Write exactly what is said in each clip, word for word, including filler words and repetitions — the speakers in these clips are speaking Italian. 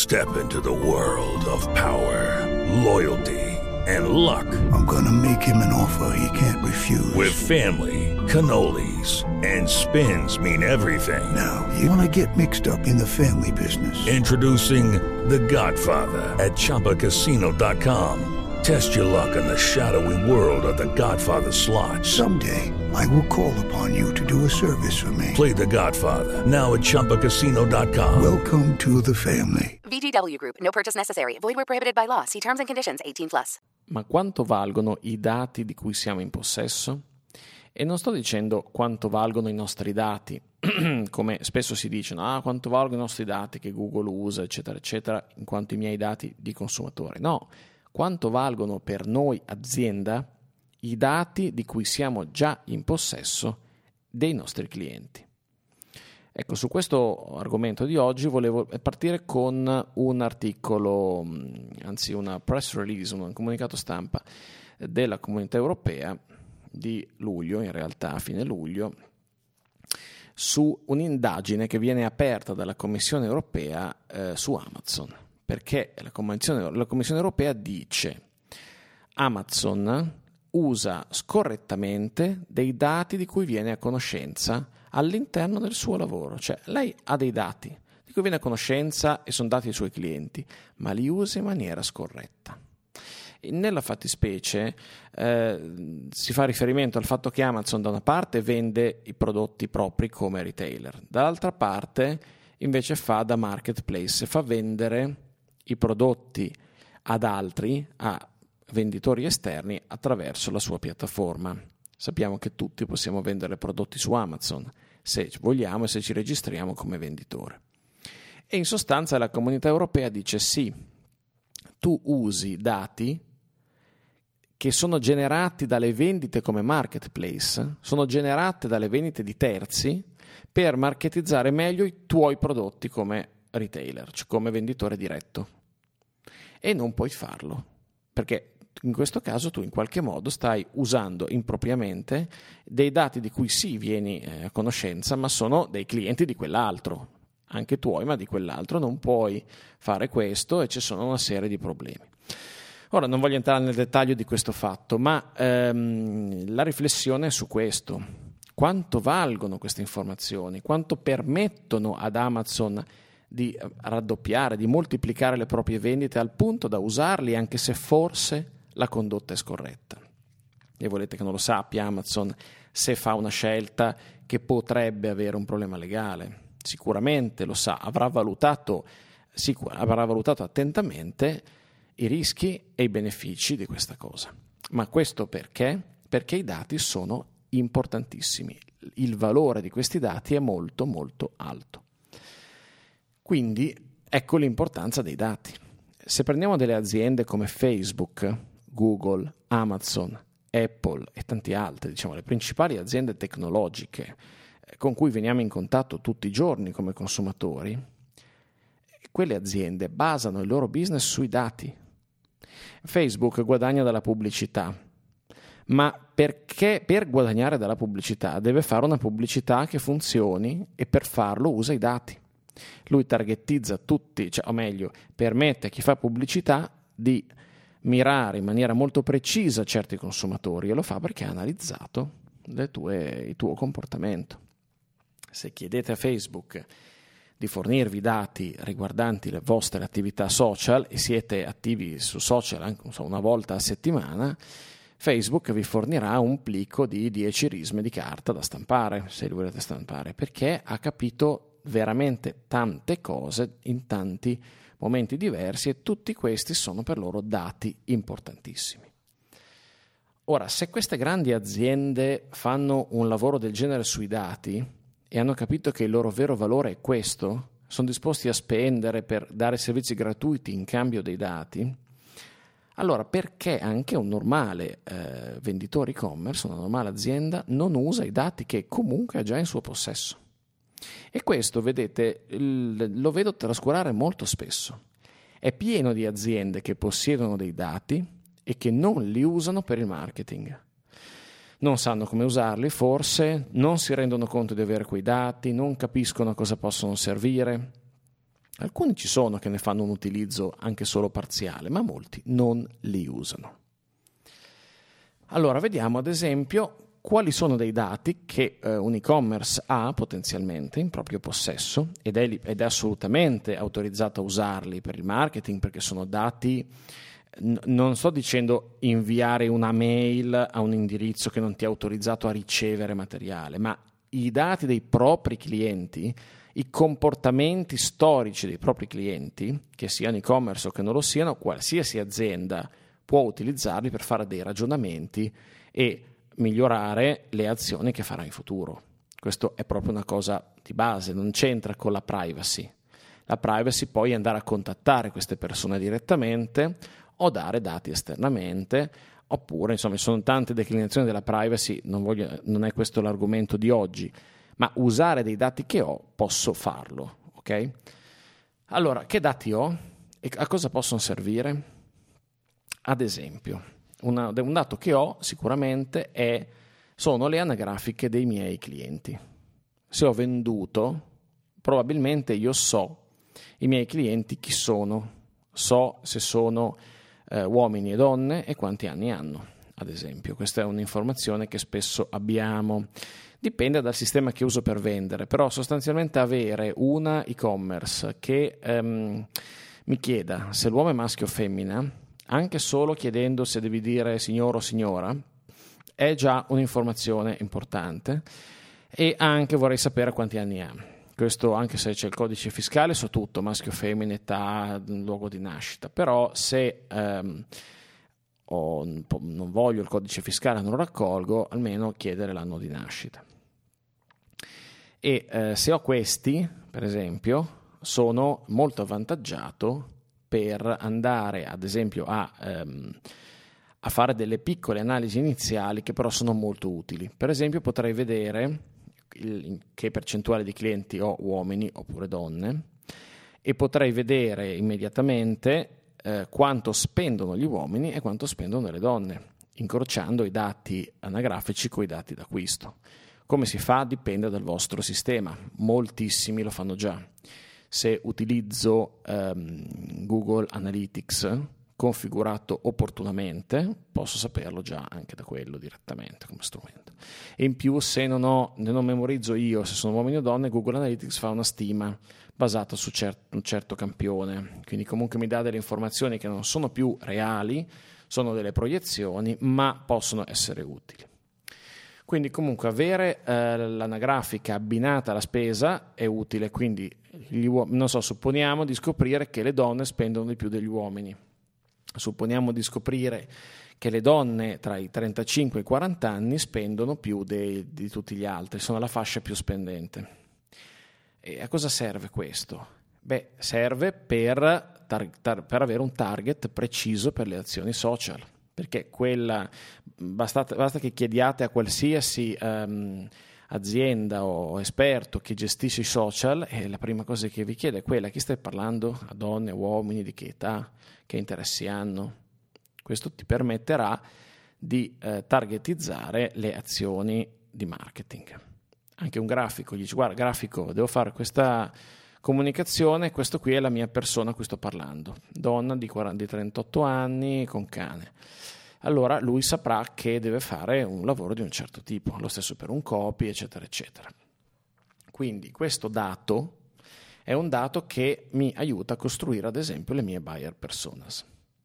Step into the world of power, loyalty, and luck. I'm gonna make him an offer he can't refuse. With family, cannolis, and spins mean everything. Now, you wanna get mixed up in the family business. Introducing The Godfather at Chumba Casino dot com. Test your luck in the shadowy world of The Godfather slot. Someday, I will call upon you to do a service for me. Play The Godfather, now at Chumba Casino dot com. Welcome to the family. V G W Group. No purchase necessary. Void where prohibited by law. See terms and conditions. eighteen plus. Ma quanto valgono i dati di cui siamo in possesso? E non sto dicendo quanto valgono i nostri dati, come spesso si dice, ah, quanto valgono i nostri dati che Google usa, eccetera, eccetera, in quanto i miei dati di consumatore. No, quanto valgono per noi azienda i dati di cui siamo già in possesso dei nostri clienti. Ecco, su questo argomento di oggi volevo partire con un articolo, anzi una press release, un comunicato stampa della Comunità Europea di luglio, in realtà a fine luglio, su un'indagine che viene aperta dalla Commissione Europea eh, su Amazon, perché la Commissione, la Commissione Europea dice Amazon usa scorrettamente dei dati di cui viene a conoscenza all'interno del suo lavoro, cioè lei ha dei dati di cui viene a conoscenza e sono dati dei suoi clienti, ma li usa in maniera scorretta. Nella fattispecie eh, si fa riferimento al fatto che Amazon da una parte vende i prodotti propri come retailer, dall'altra parte invece fa da marketplace, fa vendere i prodotti ad altri, a venditori esterni attraverso la sua piattaforma. Sappiamo che tutti possiamo vendere prodotti su Amazon se vogliamo e se ci registriamo come venditore. E in sostanza la Comunità Europea dice sì, tu usi dati che sono generati dalle vendite come marketplace, sono generate dalle vendite di terzi per marketizzare meglio i tuoi prodotti come retailer, cioè come venditore diretto. E non puoi farlo, perché in questo caso tu in qualche modo stai usando impropriamente dei dati di cui sì vieni a conoscenza, ma sono dei clienti di quell'altro, anche tuoi, ma di quell'altro. Non puoi fare questo e ci sono una serie di problemi. Ora non voglio entrare nel dettaglio di questo fatto, ma ehm, la riflessione è su questo. Quanto valgono queste informazioni? Quanto permettono ad Amazon di raddoppiare, di moltiplicare le proprie vendite al punto da usarli anche se forse la condotta è scorretta? E volete che non lo sappia Amazon se fa una scelta che potrebbe avere un problema legale? Sicuramente lo sa, avrà valutato, sicur- avrà valutato attentamente i rischi e i benefici di questa cosa. Ma questo perché? Perché i dati sono importantissimi. Il valore di questi dati è molto molto alto. Quindi ecco l'importanza dei dati. Se prendiamo delle aziende come Facebook, Google, Amazon, Apple e tanti altri, diciamo le principali aziende tecnologiche con cui veniamo in contatto tutti i giorni come consumatori, quelle aziende basano il loro business sui dati. Facebook guadagna dalla pubblicità, ma perché per guadagnare dalla pubblicità deve fare una pubblicità che funzioni e per farlo usa i dati. Lui targettizza tutti, cioè, o meglio, permette a chi fa pubblicità di mirare in maniera molto precisa certi consumatori e lo fa perché ha analizzato le tue, il tuo comportamento. Se chiedete a Facebook di fornirvi dati riguardanti le vostre attività social e siete attivi su social anche so, una volta a settimana, Facebook vi fornirà un plico di dieci risme di carta da stampare, se li volete stampare, perché ha capito veramente tante cose in tanti momenti diversi e tutti questi sono per loro dati importantissimi. Ora, se queste grandi aziende fanno un lavoro del genere sui dati e hanno capito che il loro vero valore è questo, sono disposti a spendere per dare servizi gratuiti in cambio dei dati, allora perché anche un normale eh, venditore e-commerce, una normale azienda, non usa i dati che comunque ha già in suo possesso? E questo, vedete, il, lo vedo trascurare molto spesso. È pieno di aziende che possiedono dei dati e che non li usano per il marketing. Non sanno come usarli, forse, non si rendono conto di avere quei dati, non capiscono a cosa possono servire. Alcuni ci sono che ne fanno un utilizzo anche solo parziale, ma molti non li usano. Allora, vediamo ad esempio quali sono dei dati che eh, un e-commerce ha potenzialmente in proprio possesso ed è, ed è assolutamente autorizzato a usarli per il marketing, perché sono dati, n- non sto dicendo inviare una mail a un indirizzo che non ti è autorizzato a ricevere materiale, ma i dati dei propri clienti, i comportamenti storici dei propri clienti, che siano e-commerce o che non lo siano, qualsiasi azienda può utilizzarli per fare dei ragionamenti e migliorare le azioni che farà in futuro. Questo è proprio una cosa di base, non c'entra con la privacy. La privacy poi è andare a contattare queste persone direttamente o dare dati esternamente, oppure insomma sono tante declinazioni della privacy, non, voglio, non è questo l'argomento di oggi, ma usare dei dati che ho posso farlo, ok? Allora, che dati ho e a cosa possono servire? Ad esempio, Una, un dato che ho sicuramente è, sono le anagrafiche dei miei clienti. Se ho venduto, probabilmente io so i miei clienti chi sono, so se sono eh, uomini e donne e quanti anni hanno, ad esempio. Questa è un'informazione che spesso abbiamo. Dipende dal sistema che uso per vendere, però sostanzialmente avere una e-commerce che ehm, mi chieda se l'uomo è maschio o femmina, anche solo chiedendo se devi dire signore o signora, è già un'informazione importante. E anche vorrei sapere quanti anni ha. Questo anche se c'è il codice fiscale, so tutto, maschio, femmina, età, luogo di nascita. Però se ehm, ho, non voglio il codice fiscale, non lo raccolgo, almeno chiedere l'anno di nascita. E eh, se ho questi, per esempio, sono molto avvantaggiato per andare ad esempio a, ehm, a fare delle piccole analisi iniziali che però sono molto utili. Per esempio potrei vedere il, che percentuale di clienti ho uomini oppure donne e potrei vedere immediatamente eh, quanto spendono gli uomini e quanto spendono le donne, incrociando i dati anagrafici con i dati d'acquisto. Come si fa? Dipende dal vostro sistema, moltissimi lo fanno già. Se utilizzo um, Google Analytics configurato opportunamente, posso saperlo già anche da quello direttamente come strumento. E in più, se non, ho, non memorizzo io se sono uomini o donne, Google Analytics fa una stima basata su cer- un certo campione, quindi comunque mi dà delle informazioni che non sono più reali, sono delle proiezioni, ma possono essere utili. Quindi comunque avere eh, l'anagrafica abbinata alla spesa è utile, quindi gli uom- non so, supponiamo di scoprire che le donne spendono di più degli uomini, supponiamo di scoprire che le donne tra i trentacinque e i quaranta anni spendono più dei, di tutti gli altri, sono la fascia più spendente. E a cosa serve questo? Beh, serve per, tar- tar- per avere un target preciso per le azioni social. Perché quella, basta, basta che chiediate a qualsiasi um, azienda o esperto che gestisce i social e la prima cosa che vi chiede è quella: chi stai parlando? A donne, uomini, di che età, che interessi hanno? Questo ti permetterà di eh, targetizzare le azioni di marketing. Anche un grafico, gli dici guarda grafico, devo fare questa comunicazione, questo qui è la mia persona a cui sto parlando, donna di, quaranta, di trentotto anni con cane. Allora lui saprà che deve fare un lavoro di un certo tipo, lo stesso per un copy, eccetera, eccetera. Quindi questo dato è un dato che mi aiuta a costruire ad esempio le mie buyer personas.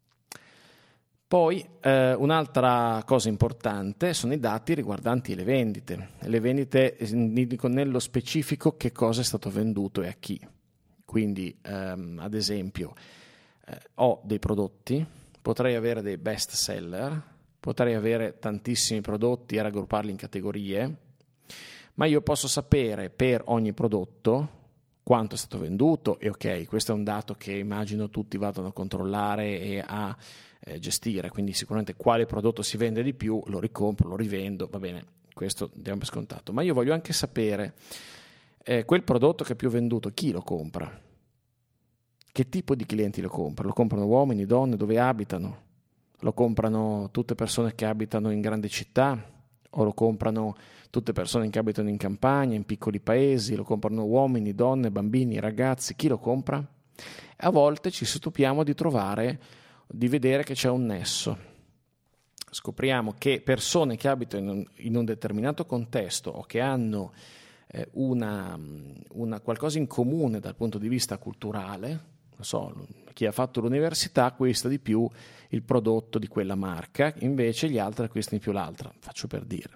Poi eh, un'altra cosa importante sono i dati riguardanti le vendite. Le vendite, dico nello specifico che cosa è stato venduto e a chi. Quindi ehm, ad esempio eh, ho dei prodotti, potrei avere dei best seller, potrei avere tantissimi prodotti e raggrupparli in categorie, ma io posso sapere per ogni prodotto quanto è stato venduto e ok, questo è un dato che immagino tutti vadano a controllare e a eh, gestire, quindi sicuramente quale prodotto si vende di più lo ricompro, lo rivendo, va bene, questo diamo per scontato, ma io voglio anche sapere eh, quel prodotto che è più venduto, chi lo compra, che tipo di clienti lo comprano, lo comprano uomini, donne, dove abitano, lo comprano tutte persone che abitano in grandi città o lo comprano tutte persone che abitano in campagna, in piccoli paesi, lo comprano uomini, donne, bambini, ragazzi, chi lo compra? A volte ci stupiamo di trovare, di vedere che c'è un nesso. Scopriamo che persone che abitano in un, in un determinato contesto o che hanno eh, una, una qualcosa in comune dal punto di vista culturale, non so, chi ha fatto l'università acquista di più il prodotto di quella marca, invece gli altri acquistano di più l'altra, faccio per dire.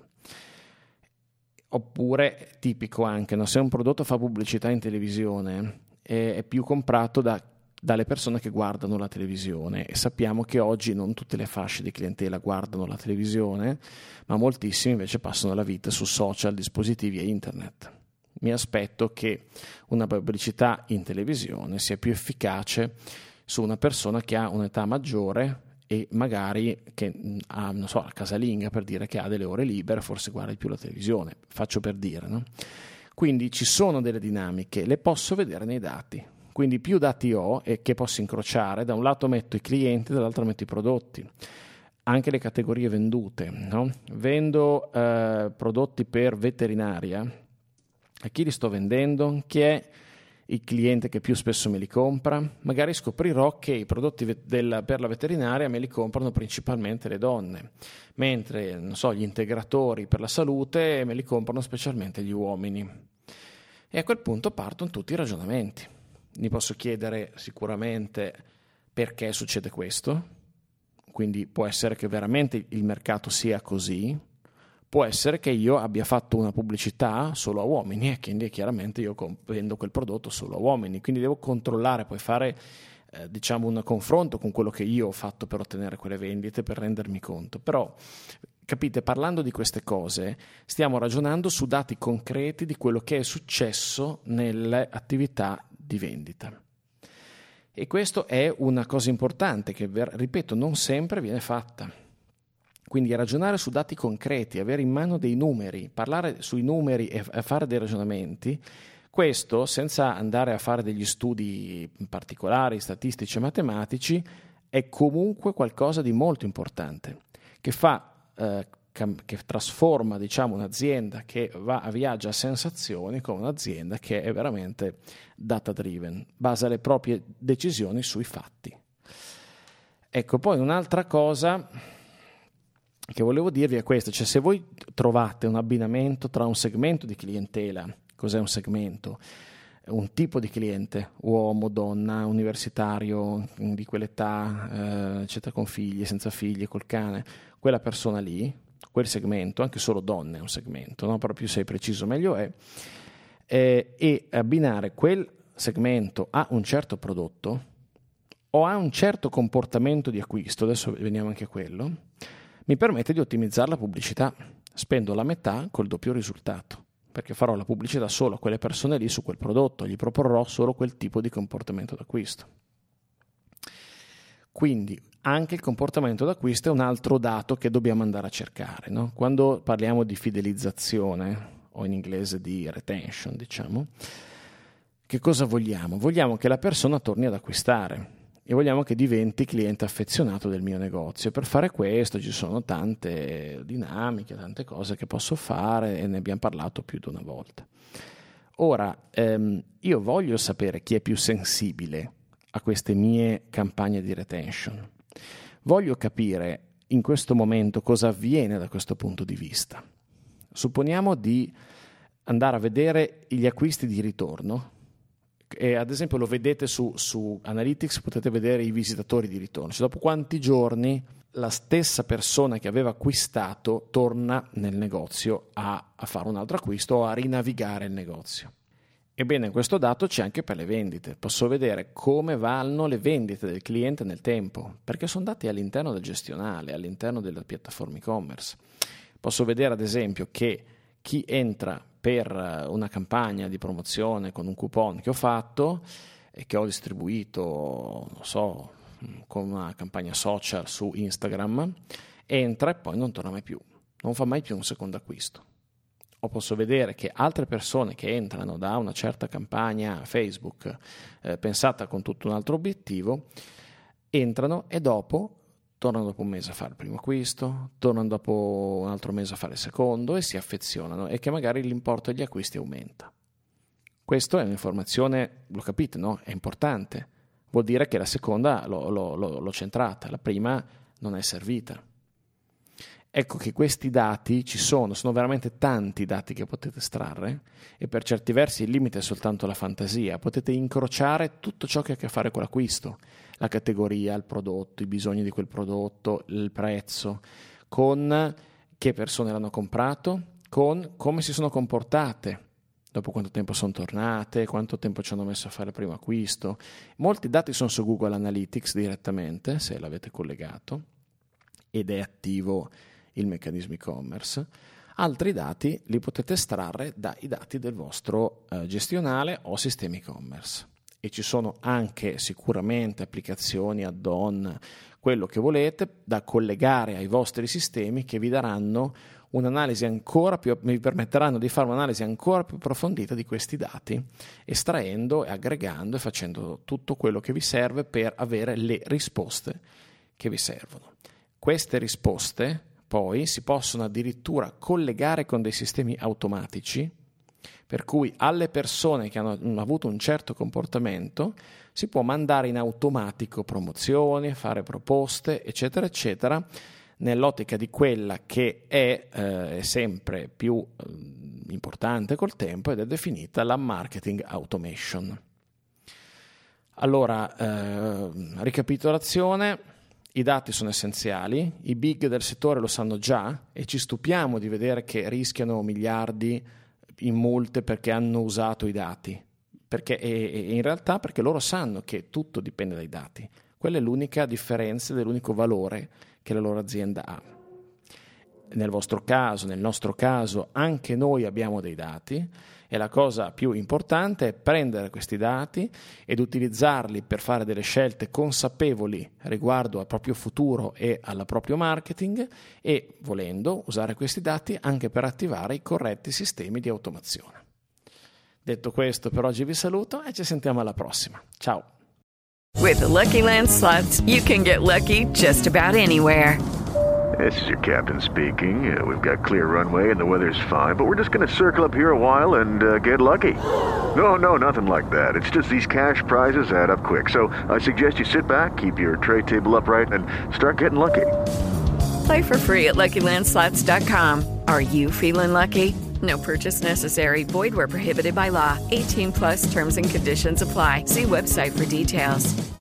Oppure, tipico anche, no? Se un prodotto fa pubblicità in televisione è, è più comprato da, dalle persone che guardano la televisione, e sappiamo che oggi non tutte le fasce di clientela guardano la televisione, ma moltissimi invece passano la vita su social, dispositivi e internet. Mi aspetto che una pubblicità in televisione sia più efficace su una persona che ha un'età maggiore e magari che ha, non so, la casalinga, per dire, che ha delle ore libere, forse guarda di più la televisione, faccio per dire, no? Quindi ci sono delle dinamiche, le posso vedere nei dati, quindi più dati ho e che posso incrociare, da un lato metto i clienti, dall'altro metto i prodotti, anche le categorie vendute, no? Vendo eh, prodotti per veterinaria, a chi li sto vendendo? Chi è il cliente che più spesso me li compra? Magari scoprirò che i prodotti del, per la veterinaria me li comprano principalmente le donne, mentre, non so, gli integratori per la salute me li comprano specialmente gli uomini. E a quel punto partono tutti i ragionamenti. Mi posso chiedere sicuramente perché succede questo, quindi può essere che veramente il mercato sia così, può essere che io abbia fatto una pubblicità solo a uomini e quindi chiaramente io vendo quel prodotto solo a uomini, quindi devo controllare, poi fare eh, diciamo un confronto con quello che io ho fatto per ottenere quelle vendite, per rendermi conto. Però capite, parlando di queste cose stiamo ragionando su dati concreti di quello che è successo nelle attività di vendita, e questo è una cosa importante che, ripeto, non sempre viene fatta. Quindi ragionare su dati concreti, avere in mano dei numeri, parlare sui numeri e fare dei ragionamenti, questo senza andare a fare degli studi particolari, statistici e matematici, è comunque qualcosa di molto importante, che fa, eh, che trasforma, diciamo, un'azienda che va a viaggio a sensazioni con un'azienda che è veramente data driven, basa le proprie decisioni sui fatti. Ecco, poi un'altra cosa che volevo dirvi è questo, cioè se voi trovate un abbinamento tra un segmento di clientela, cos'è un segmento? Un tipo di cliente, uomo, donna, universitario, di quell'età, eh, eccetera, con figli, senza figli, col cane, quella persona lì, quel segmento, anche solo donne è un segmento, no? Però più sei preciso meglio è, eh, e abbinare quel segmento a un certo prodotto o a un certo comportamento di acquisto, adesso veniamo anche a quello, mi permette di ottimizzare la pubblicità. Spendo la metà col doppio risultato, perché farò la pubblicità solo a quelle persone lì su quel prodotto, gli proporrò solo quel tipo di comportamento d'acquisto. Quindi anche il comportamento d'acquisto è un altro dato che dobbiamo andare a cercare, no? Quando parliamo di fidelizzazione, o in inglese di retention, diciamo, che cosa vogliamo? Vogliamo che la persona torni ad acquistare e vogliamo che diventi cliente affezionato del mio negozio. Per fare questo ci sono tante dinamiche, tante cose che posso fare e ne abbiamo parlato più di una volta. Ora, ehm, io voglio sapere chi è più sensibile a queste mie campagne di retention. Voglio capire in questo momento cosa avviene da questo punto di vista. Supponiamo di andare a vedere gli acquisti di ritorno. E ad esempio lo vedete su, su Analytics, potete vedere i visitatori di ritorno, cioè dopo quanti giorni la stessa persona che aveva acquistato torna nel negozio a, a fare un altro acquisto o a rinavigare il negozio. Ebbene, questo dato c'è anche per le vendite, posso vedere come vanno le vendite del cliente nel tempo, perché sono dati all'interno del gestionale, all'interno della piattaforma e-commerce. Posso vedere ad esempio che chi entra per una campagna di promozione con un coupon che ho fatto e che ho distribuito, non so, con una campagna social su Instagram, entra e poi non torna mai più, non fa mai più un secondo acquisto. O posso vedere che altre persone che entrano da una certa campagna Facebook eh, pensata con tutto un altro obiettivo, entrano e dopo tornano dopo un mese a fare il primo acquisto, tornano dopo un altro mese a fare il secondo e si affezionano, e che magari l'importo degli acquisti aumenta. Questo è un'informazione, lo capite, no? È importante, vuol dire che la seconda l'ho, l'ho, l'ho centrata, la prima non è servita. Ecco che questi dati ci sono, sono veramente tanti dati che potete estrarre e per certi versi il limite è soltanto la fantasia. Potete incrociare tutto ciò che ha a che fare con l'acquisto, la categoria, il prodotto, i bisogni di quel prodotto, il prezzo, con che persone l'hanno comprato, con come si sono comportate, dopo quanto tempo sono tornate, quanto tempo ci hanno messo a fare il primo acquisto. Molti dati sono su Google Analytics direttamente, se l'avete collegato, ed è attivo il meccanismo e-commerce. Altri dati li potete estrarre dai dati del vostro eh, gestionale o sistema e-commerce. E ci sono anche sicuramente applicazioni, add-on, quello che volete, da collegare ai vostri sistemi che vi daranno un'analisi ancora più, vi permetteranno di fare un'analisi ancora più approfondita di questi dati, estraendo e aggregando e facendo tutto quello che vi serve per avere le risposte che vi servono. Queste risposte poi si possono addirittura collegare con dei sistemi automatici, per cui alle persone che hanno avuto un certo comportamento si può mandare in automatico promozioni, fare proposte, eccetera, eccetera, nell'ottica di quella che è, eh, è sempre più eh, importante col tempo ed è definita la marketing automation. Allora, eh, ricapitolazione. I dati sono essenziali, i big del settore lo sanno già e ci stupiamo di vedere che rischiano miliardi in multe perché hanno usato i dati, perché, e, e in realtà perché loro sanno che tutto dipende dai dati. Quella è l'unica differenza ed è l'unico valore che la loro azienda ha. Nel vostro caso, nel nostro caso, anche noi abbiamo dei dati e la cosa più importante è prendere questi dati ed utilizzarli per fare delle scelte consapevoli riguardo al proprio futuro e al proprio marketing e, volendo, usare questi dati anche per attivare i corretti sistemi di automazione. Detto questo, per oggi vi saluto e ci sentiamo alla prossima. Ciao! With the Lucky Land Slots, you can get lucky just about anywhere. This is your captain speaking. Uh, we've got clear runway and the weather's fine, but we're just going to circle up here a while and uh, get lucky. No, no, nothing like that. It's just these cash prizes add up quick. So I suggest you sit back, keep your tray table upright, and start getting lucky. Play for free at Lucky Land Slots dot com. Are you feeling lucky? No purchase necessary. Void where prohibited by law. eighteen plus terms and conditions apply. See website for details.